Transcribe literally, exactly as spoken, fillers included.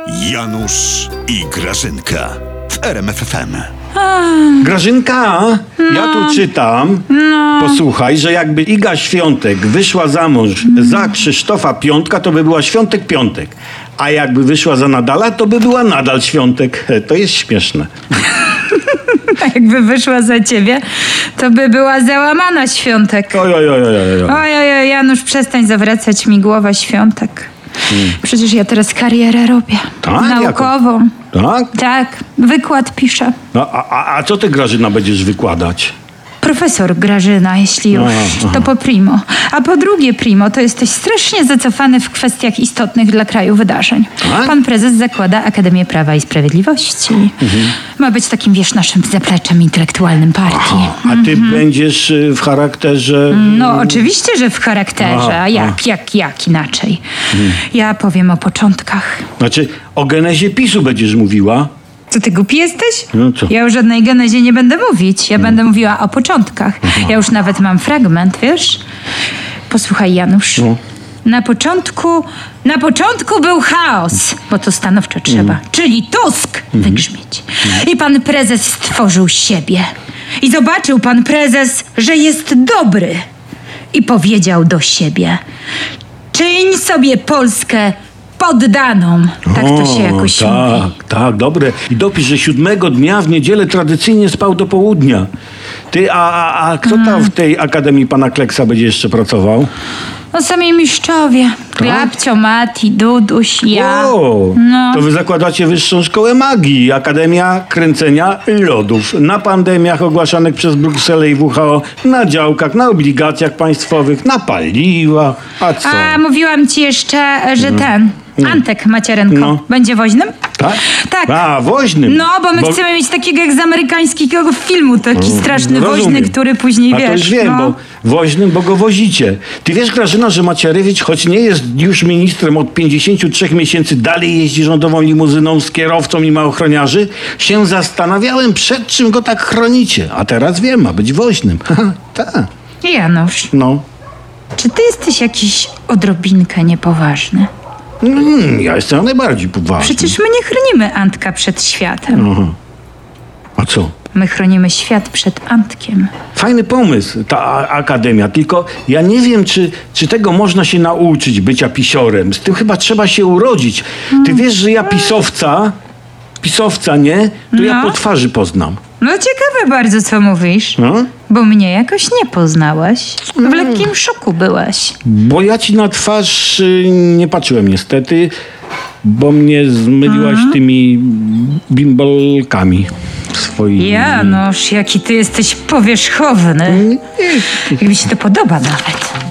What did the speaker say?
Janusz i Grażynka w R M F F M. Grażynka, no. Ja tu czytam, no. Posłuchaj, że jakby Iga Świątek wyszła za mąż mm. za Krzysztofa Piątka, to by była Świątek Piątek. A jakby wyszła za Nadala, to by była Nadal Świątek. To jest śmieszne. A jakby wyszła za ciebie, to by była załamana Świątek. Oj, oj, oj, oj, oj. Oj, oj, oj, Janusz, przestań zawracać mi głowa Świątek. Hmm. Przecież ja teraz karierę robię. Tak? Naukową. Jako? Tak? Tak, wykład piszę. No, a, a, a co ty, Grażyna, będziesz wykładać? Profesor Grażyna, jeśli już, aha, to po primo. A po drugie primo, to jesteś strasznie zacofany w kwestiach istotnych dla kraju wydarzeń. Tak? Pan prezes zakłada Akademię Prawa i Sprawiedliwości. Mhm. Ma być takim, wiesz, naszym zapleczem intelektualnym partii. Aha, a ty mhm. będziesz w charakterze... No oczywiście, że w charakterze. Aha, a jak, a. jak, jak inaczej? Mhm. Ja powiem o początkach. Znaczy, o genezie PiSu będziesz mówiła? Co, ty głupi jesteś? No co? Ja o żadnej genezie nie będę mówić. Ja no. będę mówiła o początkach. Aha. Ja już nawet mam fragment, wiesz? Posłuchaj, Janusz. No. Na początku... Na początku był chaos, bo to stanowczo trzeba. Mm. Czyli Tusk mm. wygrzmieć. Mm. I pan prezes stworzył siebie. I zobaczył pan prezes, że jest dobry. I powiedział do siebie: czyń sobie Polskę poddaną. Tak to się jakoś o, mówi. Tak, tak, dobre. I dopisz, że siódmego dnia w niedzielę tradycyjnie spał do południa. Ty, a, a, a kto tam mm. w tej Akademii pana Kleksa będzie jeszcze pracował? No sami mistrzowie. Klapcio, Mati, Duduś, ja. O, no. To wy zakładacie Wyższą Szkołę Magii, Akademia Kręcenia Lodów. Na pandemiach ogłaszanych przez Brukselę i W H O, na działkach, na obligacjach państwowych, na paliwach. A co? A mówiłam ci jeszcze, że no. ten... Antek Macierenko no. będzie woźnym? Tak? Tak. A, woźnym. No, bo my bo... chcemy mieć takiego jak z amerykańskiego filmu, taki no, straszny rozumiem. woźny, który później, A wiesz... A to już wiem, no. bo woźnym, bo go wozicie. Ty wiesz, Grażyna, że Macierewicz, choć nie jest już ministrem od pięćdziesięciu trzech miesięcy, dalej jeździ rządową limuzyną z kierowcą i ma ochroniarzy? Się zastanawiałem, przed czym go tak chronicie. A teraz wiem, ma być woźnym. Tak. Janusz, no. czy ty jesteś jakiś odrobinkę niepoważny? Mm, ja jestem najbardziej poważny. Przecież my nie chronimy Antka przed światem. Aha. A co? My chronimy świat przed Antkiem. Fajny pomysł, ta a- akademia. Tylko ja nie wiem, czy, czy tego można się nauczyć, bycia pisiorem. Z tym chyba trzeba się urodzić. Ty wiesz, że ja pisowca, pisowca, nie? To no. ja po twarzy poznam. No ciekawe bardzo, co mówisz. No? Bo mnie jakoś nie poznałeś. W lekkim szoku byłeś. Bo ja ci na twarz y, nie patrzyłem niestety, bo mnie zmyliłaś mm. tymi bimbolkami swoimi. Janusz, jaki ty jesteś powierzchowny. Jak mi się to podoba nawet.